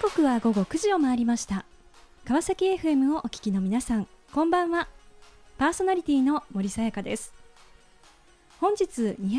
刻は午後9時を回りました。川崎 FM をお聞きの皆さん、こんばんは。パーソナリティの森さやかです。本日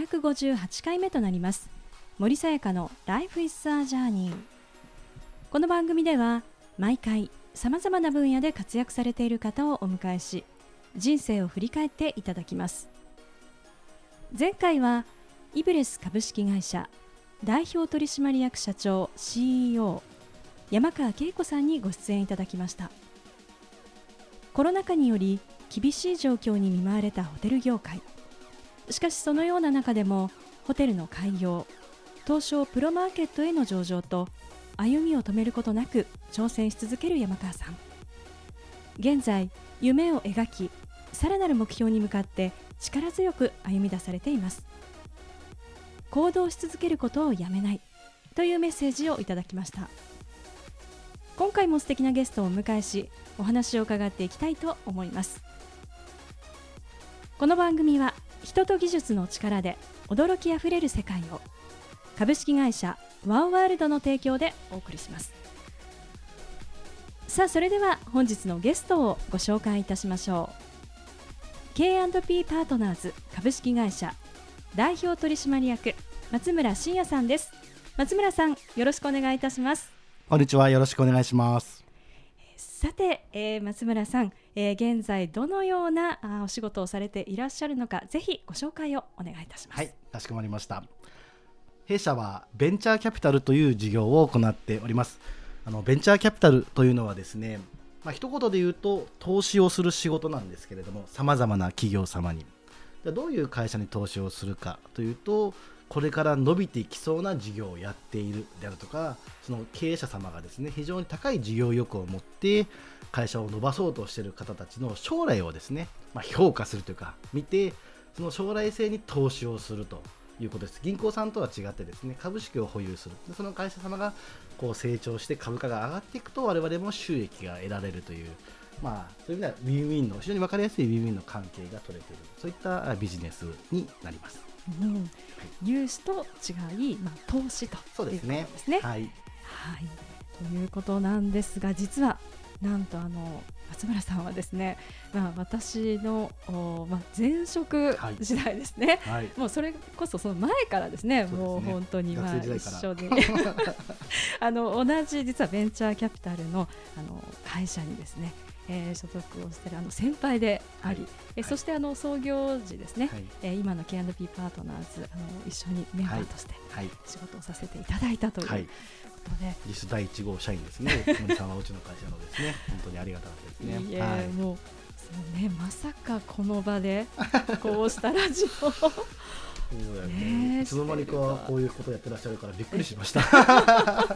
258回目となります森さやかの Life is a Journey。 この番組では毎回さまざまな分野で活躍されている方をお迎えし、人生を振り返っていただきます。前回はイブレス株式会社代表取締役社長 CEO 山川恵子さんにご出演いただきました。コロナ禍により厳しい状況に見舞われたホテル業界。しかしそのような中でもホテルの開業、東証プロマーケットへの上場と歩みを止めることなく挑戦し続ける山川さん。現在夢を描き、さらなる目標に向かって力強く歩み出されています。行動し続けることをやめないというメッセージをいただきました。今回も素敵なゲストをお迎えし、お話を伺っていきたいと思います。この番組は人と技術の力で驚きあふれる世界を、株式会社ワオワールドの提供でお送りします。さあ、それでは本日のゲストをご紹介いたしましょう。 K&P パートナーズ株式会社代表取締役松村真也さんです。松村さん、よろしくお願いいたします。 こんにちは、よろしくお願いします。 さて、松村さん、現在どのようなお仕事をされていらっしゃるのか、ぜひご紹介をお願いいたします。 はい、かしこまりました。弊社はベンチャーキャピタルという事業を行っております。ベンチャーキャピタルというのはですね、一言で言うと投資をする仕事なんですけれども、さまざまな企業様にどういう会社に投資をするかというと、これから伸びていきそうな事業をやっているであるとか、その経営者様がですね、非常に高い事業意欲を持って会社を伸ばそうとしている方たちの将来をですね、評価するというか見て、その将来性に投資をするということです。銀行さんとは違ってですね、株式を保有する。でその会社様がこう成長して株価が上がっていくと、我々も収益が得られるという、そういう意味ではウィンウィンの、非常に分かりやすいウィンウィンの関係が取れている、そういったビジネスになります。 融資と違い、投資ということですね。 はい、はい、 ということなんですが、実はなんと松村さんはですね、私の、前職時代ですね、はい、もうそれこそその前からですね、もう本当に一緒で同じ実はベンチャーキャピタルの会社にですね、所属をしている先輩であり、そして創業時ですね、今の K&P パートナーズ一緒にメンバーとして仕事をさせていただいたということで、 実質第1号社員ですね。森さんはうちの会社のですね、本当にありがたかったですね。 もうそうね、まさかこの場でこうしたラジオいつの間にかこういうことをやってらっしゃるからびっくりしました。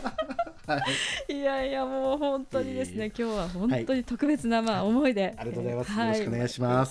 いやもう本当にですね、今日は本当に特別な思いで、 ありがとうございます。よろしくお願いします。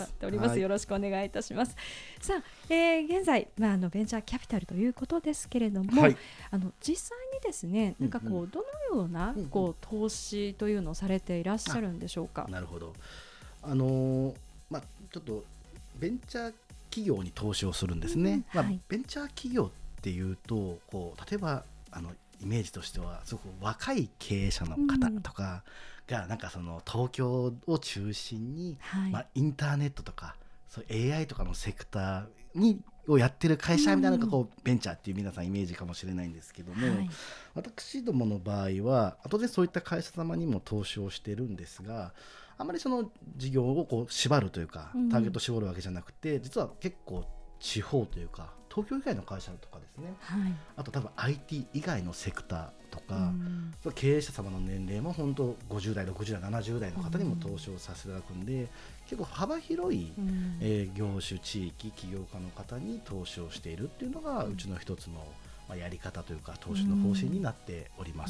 よろしくお願いいたします。さあ、現在ベンチャーキャピタルということですけれども、実際にですね、なんかこうどのようなこう投資というのをされていらっしゃるんでしょうか。 なるほど。ちょっとベンチャー企業に投資をするんですね。ベンチャー企業っていうと、例えばイメージとしてはすごく若い経営者の方とかがなんかその東京を中心に、インターネットとかそう AI とかのセクターをやってる会社みたいなのがベンチャーっていう皆さんイメージかもしれないんですけども、私どもの場合は当然そういった会社様にも投資をしてるんですが、あまりその事業を縛るというかターゲット絞るわけじゃなくて、実は結構地方というか東京以外の会社とかですね、あと多分 IT 以外のセクターとか、経営者様の年齢も本当50代60代70代の方にも投資をさせていただくんで、結構幅広い、業種地域起業家の方に投資をしているっていうのがうちの一つの、やり方というか投資の方針になっております。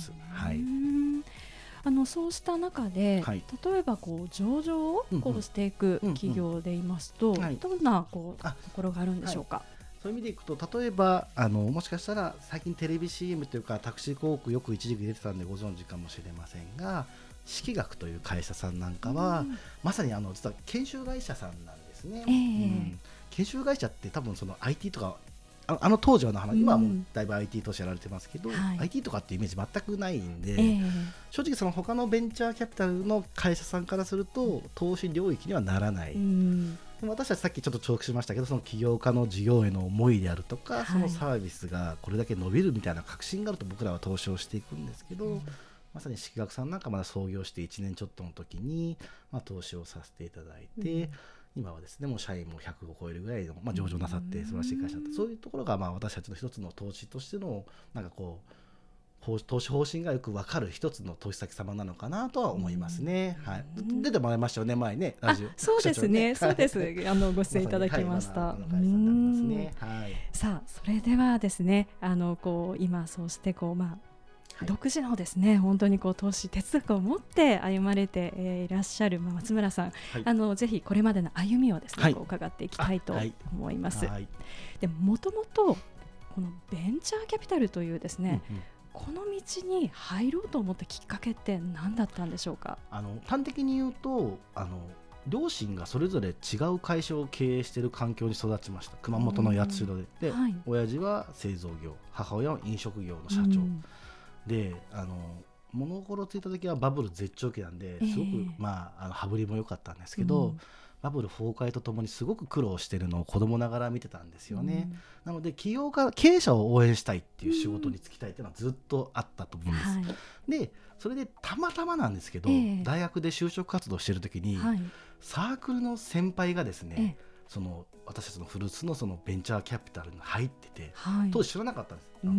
そうした中で、例えば上場をしていく企業で言いますと、どんなところがあるんでしょうか。 そういう意味でいくと、例えばもしかしたら最近テレビ CM というかタクシー広告よく一時期出てたんでご存知かもしれませんが、式学という会社さんなんかは、まさに実は研修会社さんなんですね。研修会社って多分その IT とかあの当時はの話、今はもうだいぶ IT 投資やられてますけど、 はい、 IT とかっていうイメージ全くないんで、正直その他のベンチャーキャピタルの会社さんからすると投資領域にはならない、でも私たちさっきちょっと重複しましたけど、その起業家の事業への思いであるとか、そのサービスがこれだけ伸びるみたいな確信があると僕らは投資をしていくんですけど、まさに式学さんなんかまだ創業して1年ちょっとの時に、投資をさせていただいて、今はですねもう社員も100を超えるぐらいの、上場なさって素晴らしい会社だった、そういうところが私たちの一つの投資としてのなんかこう投資方針がよく分かる一つの投資先様なのかなとは思いますね、はい、出てもらいましたよね前ね、ラジオ。 そうですね、そうですご出演いただきました。さあそれではですね今そうして独自のですね本当に投資哲学を持って歩まれて、いらっしゃる松村さん、ぜひこれまでの歩みをですね、伺っていきたいと思います。でもともとこのベンチャーキャピタルというですね、この道に入ろうと思ったきっかけって何だったんでしょうか。 端的に言うと両親がそれぞれ違う会社を経営している環境に育ちました。熊本の八代で、親父は製造業、母親は飲食業の社長、で物心ついた時はバブル絶頂期なんで、すごく羽振りも良かったんですけど、バブル崩壊とともにすごく苦労しているのを子供ながら見てたんですよね、なので経営者を応援したいっていう仕事に就きたいっていうのはずっとあったと思うんです、でそれでたまたまなんですけど、大学で就職活動している時に、サークルの先輩がですね、私たちの古巣のそのベンチャーキャピタルに入ってて、当時知らなかったんです。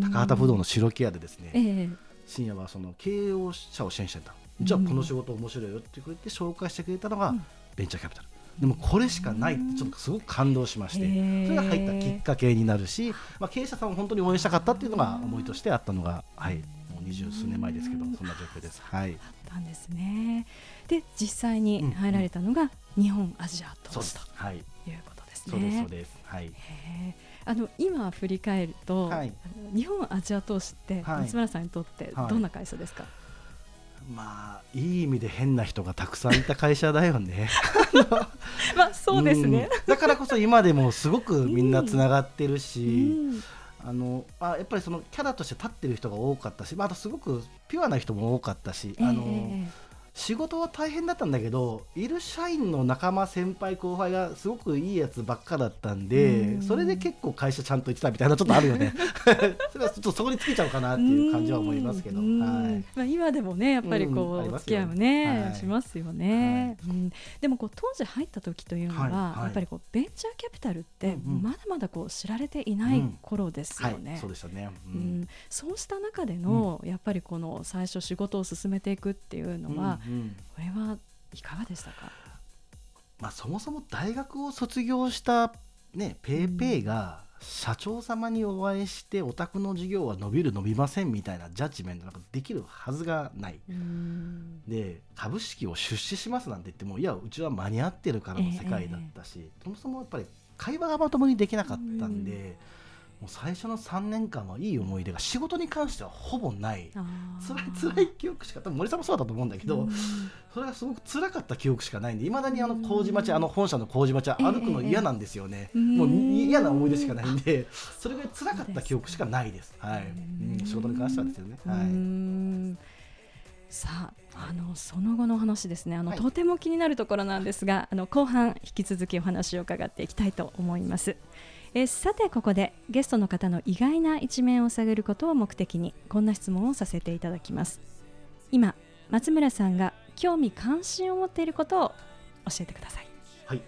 高畑不動の白木屋でですね、深夜はその経営者を支援してた、じゃあこの仕事面白いよってくれて紹介してくれたのがベンチャーキャピタルでもこれしかないってちょっとすごく感動しまして、それが入ったきっかけになるし、経営者さんを本当に応援したかったっていうのが思いとしてあったのが、もう20数年前ですけど、そんな状況です。あったんですね。で実際に入られたのが日本アジア投資ということですね。 そうです、 今振り返ると、日本アジア投資って松村さんにとってどんな会社ですか。 いい意味で変な人がたくさんいた会社だよねそうですね、 だからこそ今でもすごくみんなつながってるし、やっぱりそのキャラとして立ってる人が多かったし、あとすごくピュアな人も多かったし、仕事は大変だったんだけど、いる社員の仲間先輩後輩がすごくいいやつばっかだったんで、それで結構会社ちゃんと行ってたみたいなちょっとあるよねそれはちょっとそこに尽きちゃうかなっていう感じは思いますけど、 今でもねやっぱりお付き合いもね、しますよね、でも当時入った時というのは、やっぱりベンチャーキャピタルってまだまだ知られていない頃ですよね。 そうでしたね、 そうした中での、やっぱりこの最初仕事を進めていくっていうのは、これはいかがでしたか。 そもそも大学を卒業したペイペイが社長様にお会いしてお宅の事業は伸びる伸びませんみたいなジャッジメントなんかできるはずがない。で株式を出資しますなんて言っても、いやうちは間に合ってるからの世界だったし、そもそもやっぱり会話がまともにできなかったんで、もう最初の3年間はいい思い出が仕事に関してはほぼない。辛い記憶しか、多分森さんもそうだったと思うんだけど、それがすごく辛かった記憶しかないんで、いまだに麹町、本社の麹町は歩くの嫌なんですよね、もう嫌な思い出しかないんで、それぐらい辛かった記憶しかないです。仕事に関してはですよね。 さあ、その後の話ですね、とても気になるところなんですが、後半引き続きお話を伺っていきたいと思います。さてここでゲストの方の意外な一面を探ることを目的にこんな質問をさせていただきます。今松村さんが興味関心を持っていることを教えてください。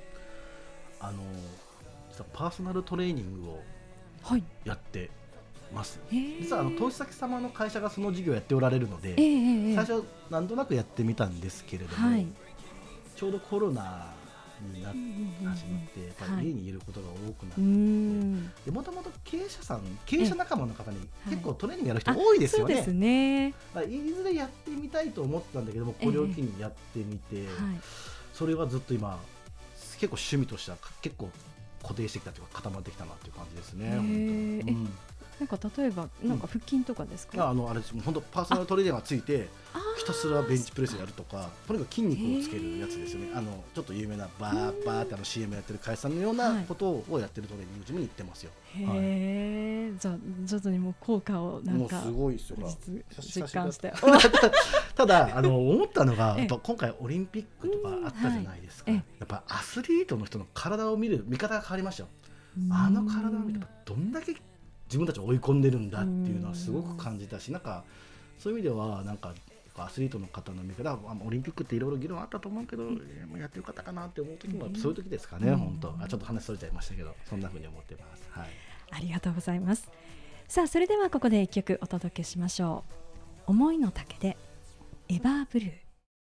実はパーソナルトレーニングをやってます、実は投資先様の会社がその事業をやっておられるので、最初なんとなくやってみたんですけれども、ちょうどコロナになって始まって、やっぱり家にいることが多くなって、もともと経営者仲間の方に結構トレーニングやる人多いですよね。そうですね。いずれやってみたいと思ってたんだけども、これを機にやってみて、それはずっと今結構趣味としては結構固定してきたというか固まってきたなという感じですね。本当になんか例えばなんか腹筋とかですか？ あれですもう本当パーソナルトレーナーがついてひたすらベンチプレスやるとか、とにかく筋肉をつけるやつですよね。ちょっと有名なバーって CM やってる会社さんのようなことをやってるトレーニングジムに行ってますよ。 へー、じゃあ徐々にもう効果をなんかもうすごいですよ。 実感してただ思ったのがやっぱ今回オリンピックとかあったじゃないですか。やっぱアスリートの人の体を見る見方が変わりましたよ。体を見てどんだけ自分たちを追い込んでるんだっていうのはすごく感じたし、なんかそういう意味ではなんかアスリートの方の見方、オリンピックっていろいろ議論あったと思うけど、やってよかったかなって思う時もそういう時ですかね。本当ちょっと話それちゃいましたけど、そんな風に思ってます。はい、 ありがとうございます。さあそれではここで一曲お届けしましょう。思いの丈でエバーブルー。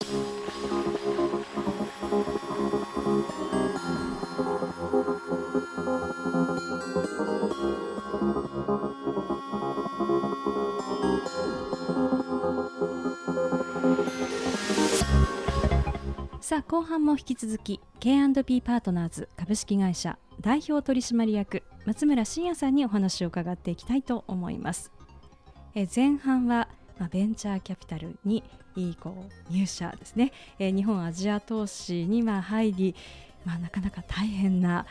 さあ後半も引き続き K&P パートナーズ株式会社代表取締役松村真也さんにお話を伺っていきたいと思います。前半は、ベンチャーキャピタルに入社ですね、日本アジア投資に入り、なかなか大変な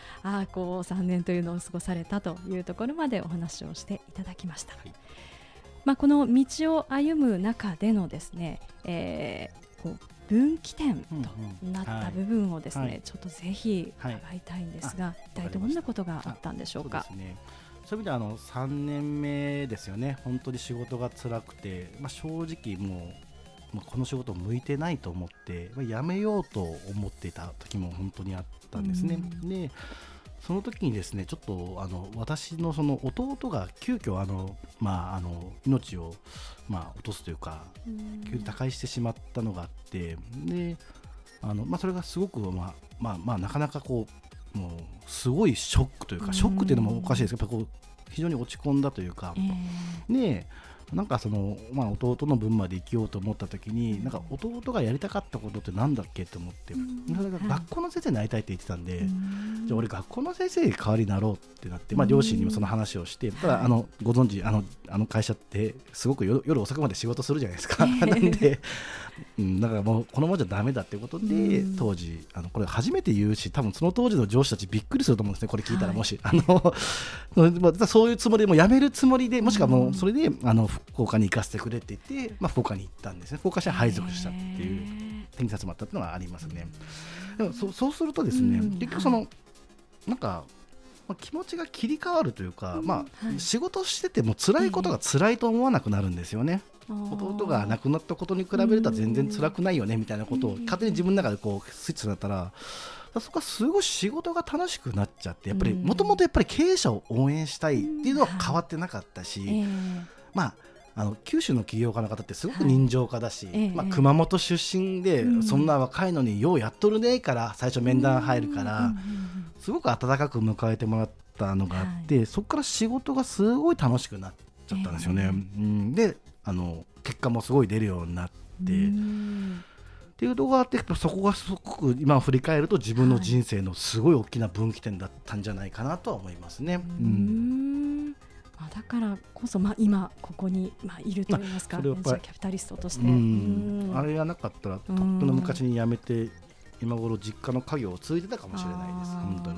3年というのを過ごされたというところまでお話をしていただきました。この道を歩む中でのですね、分岐点となった部分をですね、ちょっとぜひ伺いたいんですが、一体どんなことがあったんでしょうか？ そういう意味では3年目ですよね。本当に仕事が辛くて、正直もうこの仕事向いてないと思って辞めようと思っていた時も本当にあったんですね。でその時にですね、ちょっと私のその弟が急遽命を落とすというか急に他界してしまったのがあって、でそれがすごくなかなかもうすごいショックというか、ショックっていうのもおかしいですけど、非常に落ち込んだというか、でなんか弟の分まで生きようと思った時に、なんか弟がやりたかったことってなんだっけと思って、それが学校の先生になりたいって言ってたんで、じゃあ俺学校の先生に代わりになろうってなって、両親にもその話をして、ただご存知会社ってすごく夜遅くまで仕事するじゃないですか。なんでだからもうこのままじゃダメだっていうことで、当時これ初めて言うし、多分その当時の上司たちびっくりすると思うんですね、これ聞いたら。もしそういうつもりでもう辞めるつもりで、もしくはもうそれで福岡に行かせてくれって言って、福岡に行ったんですね。福岡市は配属したっていう転殺もあったっていうのはありますね。でもそうするとですね、結局なんか気持ちが切り替わるというか、仕事してても辛いことが辛いと思わなくなるんですよね。弟が亡くなったことに比べると全然辛くないよねみたいなことを勝手に自分の中でスイッチになったら、そこはすごい仕事が楽しくなっちゃって、やっぱりもともとやっぱり経営者を応援したいっていうのは変わってなかったし、九州の起業家の方ってすごく人情家だし、熊本出身でそんな若いのにようやっとるねから最初面談入るから、すごく温かく迎えてもらったのがあって、そこから仕事がすごい楽しくなっちゃったんですよね。で結果もすごい出るようになってっていう動画があって、そこがすごく今振り返ると自分の人生のすごい大きな分岐点だったんじゃないかなとは思いますね。 だからこそ、今ここに、いるといいますか、ベンチャーキャピタリストとして、 あれがなかったらとっくの昔に辞めて今頃実家の家業を継いでたかもしれないです。本当に。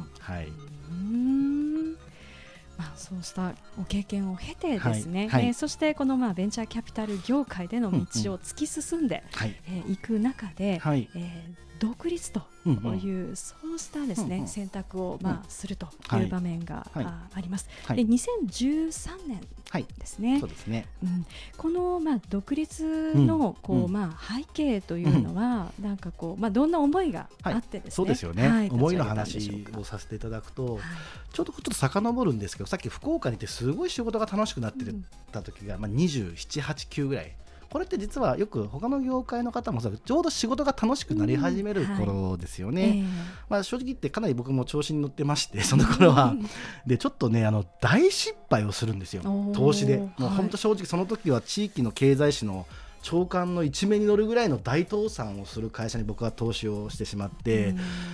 そうしたご経験を経てですね、そしてこのベンチャーキャピタル業界での道を突き進んでいく中で、独立というそうしたですね、選択をするという場面があります。で2013年ですね。 そうですね。 この独立の背景というのはなんかどんな思いがあってですね。 そうですよね。思いの話をさせていただくと、ちょっと遡るんですけど、さっき福岡にいてすごい仕事が楽しくなってた時が27、8、9ぐらい。これって実はよく他の業界の方もちょうど仕事が楽しくなり始める頃ですよね。正直言ってかなり僕も調子に乗ってまして、その頃はでちょっとね大失敗をするんですよ、投資で。もう本当正直その時は地域の経済誌の朝刊の一面に載るぐらいの大倒産をする会社に僕は投資をしてしまって、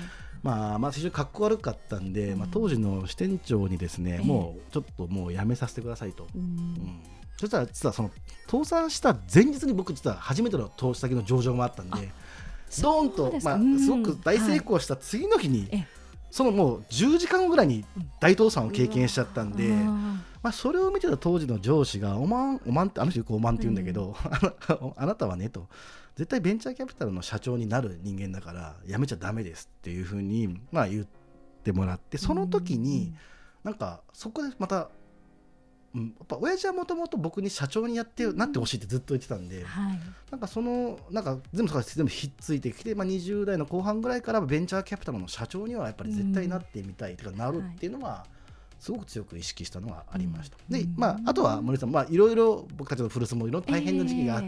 非常にかっこ悪かったんで、当時の支店長にですね、もうちょっともうやめさせてくださいと、そしたら実はその倒産した前日に僕実は初めての投資先の上場もあったんで、ドーンとすごく大成功した次の日に、そのもう10時間ぐらいに大倒産を経験しちゃったんで、それを見てた当時の上司がおまんってあの人よくおまんって言うんだけど、あなたはねと絶対ベンチャーキャピタルの社長になる人間だから辞めちゃダメですっていうふうに言ってもらって、その時になんかそこでまた、やっぱ親父はもともと僕に社長になってほしいってずっと言ってたんで、なんか全部ひっついてきて、20代の後半ぐらいからベンチャーキャピタルの社長にはやっぱり絶対なってみたいとかなるっていうのはすごく強く意識したのがありました。で、あとは森さん、いろいろ僕たちの古巣もいろいろ大変な時期があって、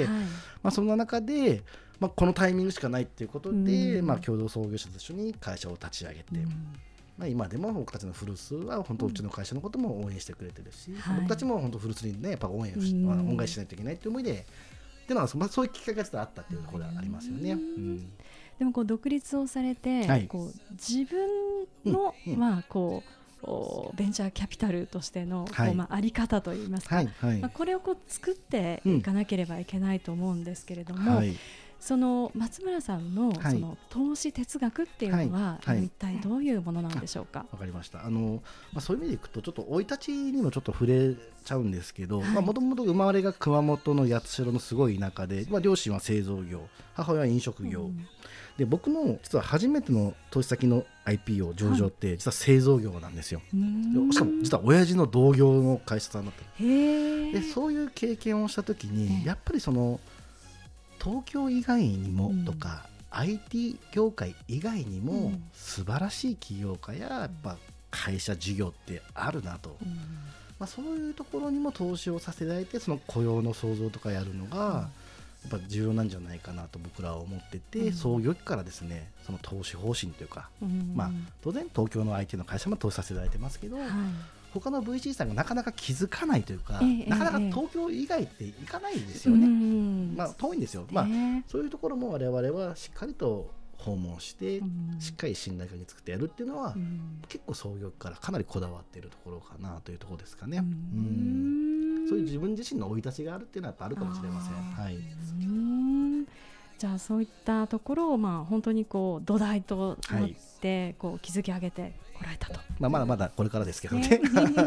そんな中で、このタイミングしかないっていうことで、共同創業者と一緒に会社を立ち上げて、今でも僕たちの古巣は本当うちの会社のことも応援してくれてるし、僕たちも本当古巣にねやっぱ恩返ししないといけないっていう思いでっていうのは、そういうきっかけが実はあったっていうところがありますよね。 でも独立をされて、自分の、ベンチャーキャピタルとしてのあり方といいますか、これを作っていかなければいけないと思うんですけれども、その松村さんの、その投資哲学っていうのは、一体どういうものなんでしょうか。 わかりました。そういう意味でいくとちょっと生い立ちにもちょっと触れちゃうんですけど、もともと生まれが熊本の八代のすごい田舎で、両親は製造業、母親は飲食業、で僕の実は初めての投資先の IPO 上場って実は製造業なんですよ。しかも実は親父の同業の会社さんだった。でそういう経験をした時に、やっぱりその東京以外にもとか、IT 業界以外にも素晴らしい起業家ややっぱ会社事業ってあるなと、そういうところにも投資をさせられて、その雇用の創造とかやるのがやっぱ重要なんじゃないかなと僕らは思ってて、創業期からですねその投資方針というか、当然東京の IT の会社も投資させられてますけど、他の VC さんがなかなか気づかないというか、なかなか東京以外って行かないんですよね。遠いんですよ。そういうところも我々はしっかりと訪問して、しっかり信頼関係作ってやるっていうのは、結構創業からかなりこだわっているところかなというところですかね。そういう自分自身の生い立ちがあるっていうのはやっぱあるかもしれません。 じゃあそういったところを本当に土台となって築き上げてこられたと。 まだこれからですけどね。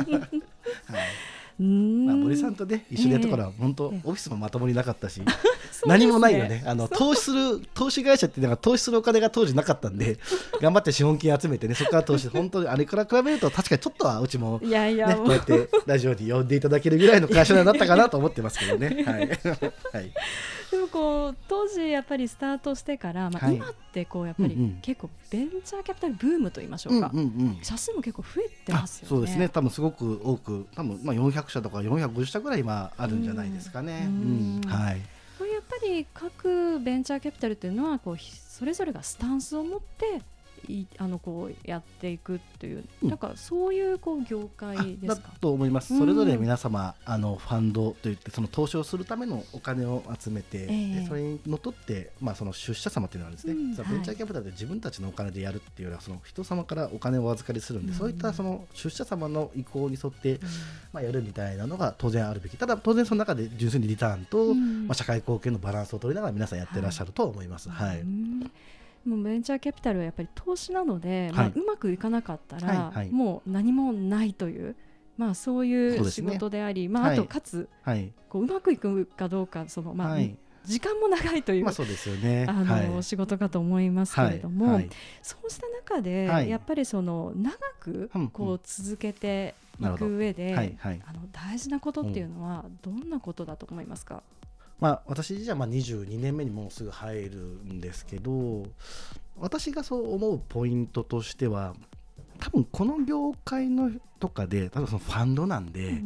森さんとね一緒にやったから本当オフィスもまともになかったし、何もないよね。投資会社っていうのが投資するお金が当時なかったんで頑張って資本金集めてね、そこから投資、本当にあれから比べると確かにちょっとはうちも、こうやってラジオに呼んでいただけるぐらいの会社になったかなと思ってますけどね。 でも当時やっぱりスタートしてから、今ってやっぱり結構ベンチャーキャピタルブームと言いましょうか、社数も結構増えてますよね。 そうですね、多分すごく多く、多分400社とか450社ぐらい今あるんじゃないですかね。 これやっぱり各ベンチャーキャピタルというのはそれぞれがスタンスを持ってやっていくっていう、なんかそういう業界ですか。 だと思います。それぞれ皆様ファンドといってその投資をするためのお金を集めて、それにのっとって、その出社様っていうのはですね、ベンチャーキャピタルで自分たちのお金でやるっていうよりはその人様からお金をお預かりするんで、そういったその出社様の意向に沿って、やるみたいなのが当然あるべき。ただ当然その中で純粋にリターンと、社会貢献のバランスを取りながら皆さんやってらっしゃると思います。 もうベンチャーキャピタルはやっぱり投資なので、うまくいかなかったら、もう何もないという、そういう仕事であり、あとかつ、うまくいくかどうか時間も長いという、仕事かと思いますけれども、そうした中で、やっぱり長く続けていく上で、大事なことっていうのはどんなことだと思いますか。 私自身は22年目にもうすぐ入るんですけど、私がそう思うポイントとしては、多分この業界のとかで多分そのファンドなんで、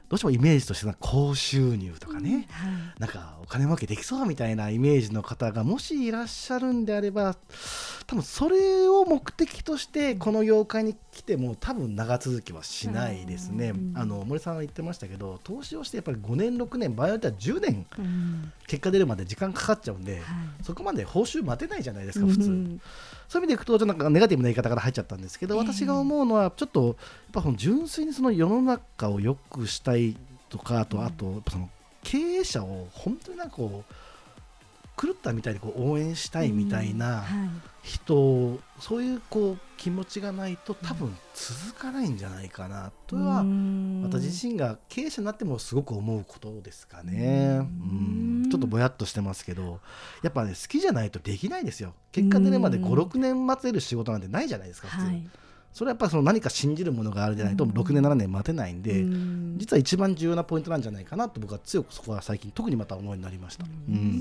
どうしてもイメージとして高収入とかね、なんかお金儲けできそうみたいなイメージの方がもしいらっしゃるんであれば、多分それを目的としてこの業界に来ても多分長続きはしないですね。森さんは言ってましたけど、投資をしてやっぱり5年6年場合によっては10年結果出るまで時間かかっちゃうんで、そこまで報酬待てないじゃないですか普通。そういう意味でいくとなんかネガティブな言い方から入っちゃったんですけど、私が思うのはちょっとやっぱその純粋にその世の中を良くしたいとか、あとやっぱその経営者を本当になんかこう狂ったみたいにこう応援したいみたいな人、そういうこう気持ちがないと多分続かないんじゃないかなとは私自身が経営者になってもすごく思うことですかね。ちょっとぼやっとしてますけど、やっぱね好きじゃないとできないですよ。結果出るまで 5,6 年待てる仕事なんてないじゃないですか普通。それはやっぱりその何か信じるものがあるじゃないと6年7年待てないんで、実は一番重要なポイントなんじゃないかなと僕は強くそこは最近特にまた思いになりました。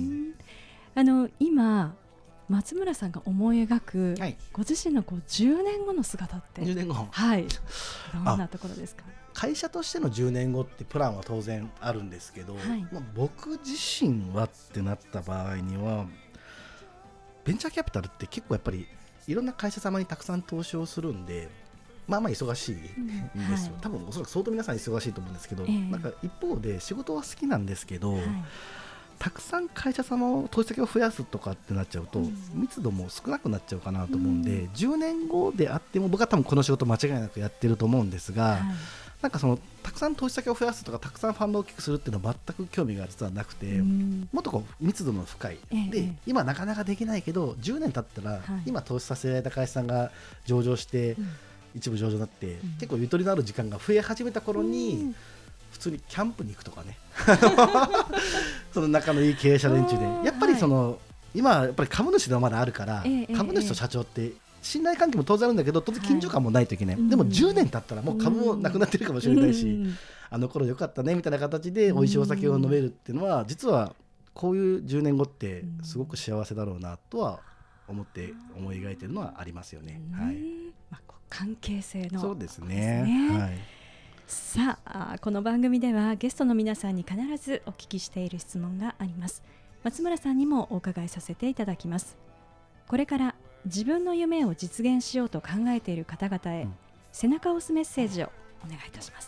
今松村さんが思い描く、ご自身のこう10年後の姿って 10年後、 どんなところですか？ 会社としての10年後ってプランは当然あるんですけど、僕自身はってなった場合にはベンチャーキャピタルって結構やっぱりいろんな会社様にたくさん投資をするんで、まあ忙しいんですよ。多分おそらく相当皆さん忙しいと思うんですけど、なんか一方で仕事は好きなんですけど、たくさん会社様を投資先を増やすとかってなっちゃうと、密度も少なくなっちゃうかなと思うんで、10年後であっても僕は多分この仕事間違いなくやってると思うんですが、なんかそのたくさん投資先を増やすとかたくさんファンドを大きくするっていうのは全く興味が実はなくて、もっとこう密度の深い、で今なかなかできないけど10年経ったら、今投資させられた会社さんが上場して、一部上場になって、結構ゆとりのある時間が増え始めた頃に、普通にキャンプに行くとかねその仲のいい経営者連中でやっぱりその、今やっぱり株主ではまだあるから、株主と社長って信頼関係も当然あるんだけど、当然緊張感もないといけない、でも10年経ったらもう株もなくなってるかもしれないし、あの頃良かったねみたいな形で美味しいお酒を飲めるっていうのは、実はこういう10年後ってすごく幸せだろうなとは思って思い描いてるのはありますよね。 関係性のそうですね。 さあ、この番組ではゲストの皆さんに必ずお聞きしている質問があります。松村さんにもお伺いさせていただきます。これから自分の夢を実現しようと考えている方々へ、背中を押すメッセージをお願いいたします。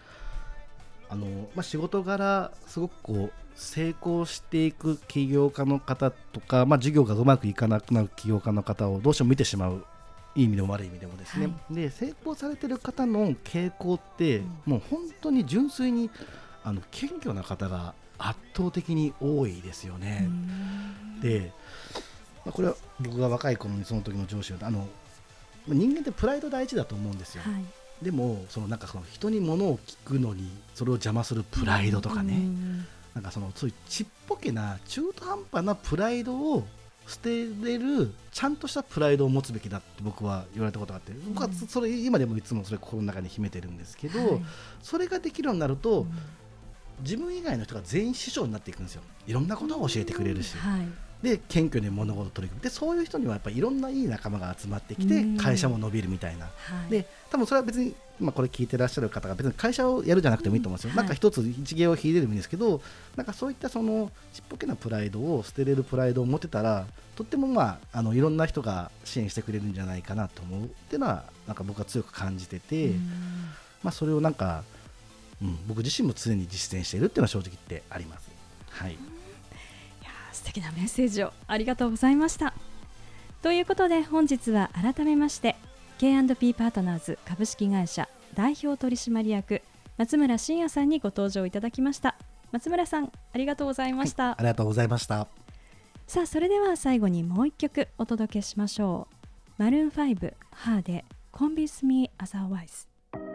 仕事柄すごくこう成功していく起業家の方とか、事業がうまくいかなくなる起業家の方をどうしても見てしまう、いい意味でも悪い意味でもですね、で成功されている方の傾向って、もう本当に純粋に謙虚な方が圧倒的に多いですよね。で、これは僕が若い頃にその時の上司は人間ってプライド大事だと思うんですよ。でもなんかその人に物を聞くのにそれを邪魔するプライドとかね、なんかそういうちっぽけな中途半端なプライドを捨てれるちゃんとしたプライドを持つべきだって僕は言われたことがあって、僕はそれ今でもいつもそれ心の中に秘めてるんですけど、それができるようになると、自分以外の人が全員師匠になっていくんですよ。いろんなことを教えてくれるし、で謙虚に物事を取り組む。でそういう人にはやっぱりいろんないい仲間が集まってきて会社も伸びるみたいな、で多分それは別に今これ聞いてらっしゃる方が別に会社をやるじゃなくてもいいと思うんですよ。なんか一つ一芸を引いてでもいいんですけど、なんかそういったそのちっぽけなプライドを捨てれるプライドを持てたら、とってもいろんな人が支援してくれるんじゃないかなと思うっていうのはなんか僕は強く感じてて、それをなんか、僕自身も常に実践しているっていうのは正直言ってあります。 素敵なメッセージをありがとうございました。ということで本日は改めまして K&P パートナーズ株式会社代表取締役松村真也さんにご登場いただきました。松村さん、ありがとうございました。 ありがとうございました。 さあ、それでは最後にもう一曲お届けしましょう。マルーン5ハーで Convince Me Otherwise。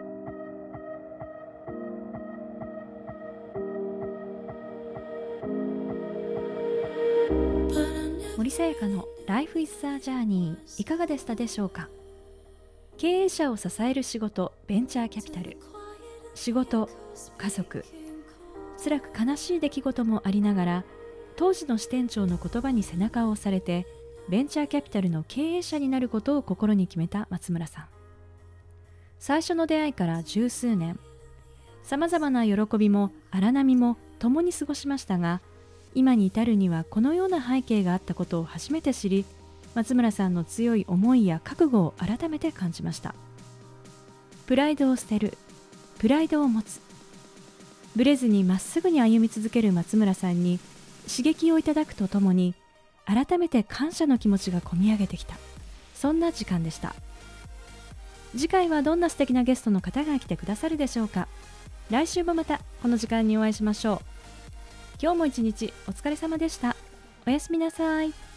森さやかの Life is a Journey いかがでしたでしょうか。経営者を支える仕事、ベンチャーキャピタル、仕事、家族、辛く悲しい出来事もありながら、当時の支店長の言葉に背中を押されてベンチャーキャピタルの経営者になることを心に決めた松村さん。最初の出会いから十数年、 さまざまな喜びも荒波も共に過ごしましたが、今に至るにはこのような背景があったことを初めて知り、松村さんの強い思いや覚悟を改めて感じました。プライドを捨てる、プライドを持つ。ブレずにまっすぐに歩み続ける松村さんに刺激をいただくとともに、改めて感謝の気持ちがこみ上げてきた、そんな時間でした。次回はどんな素敵なゲストの方が来てくださるでしょうか。来週もまたこの時間にお会いしましょう。今日も一日お疲れ様でした。おやすみなさい。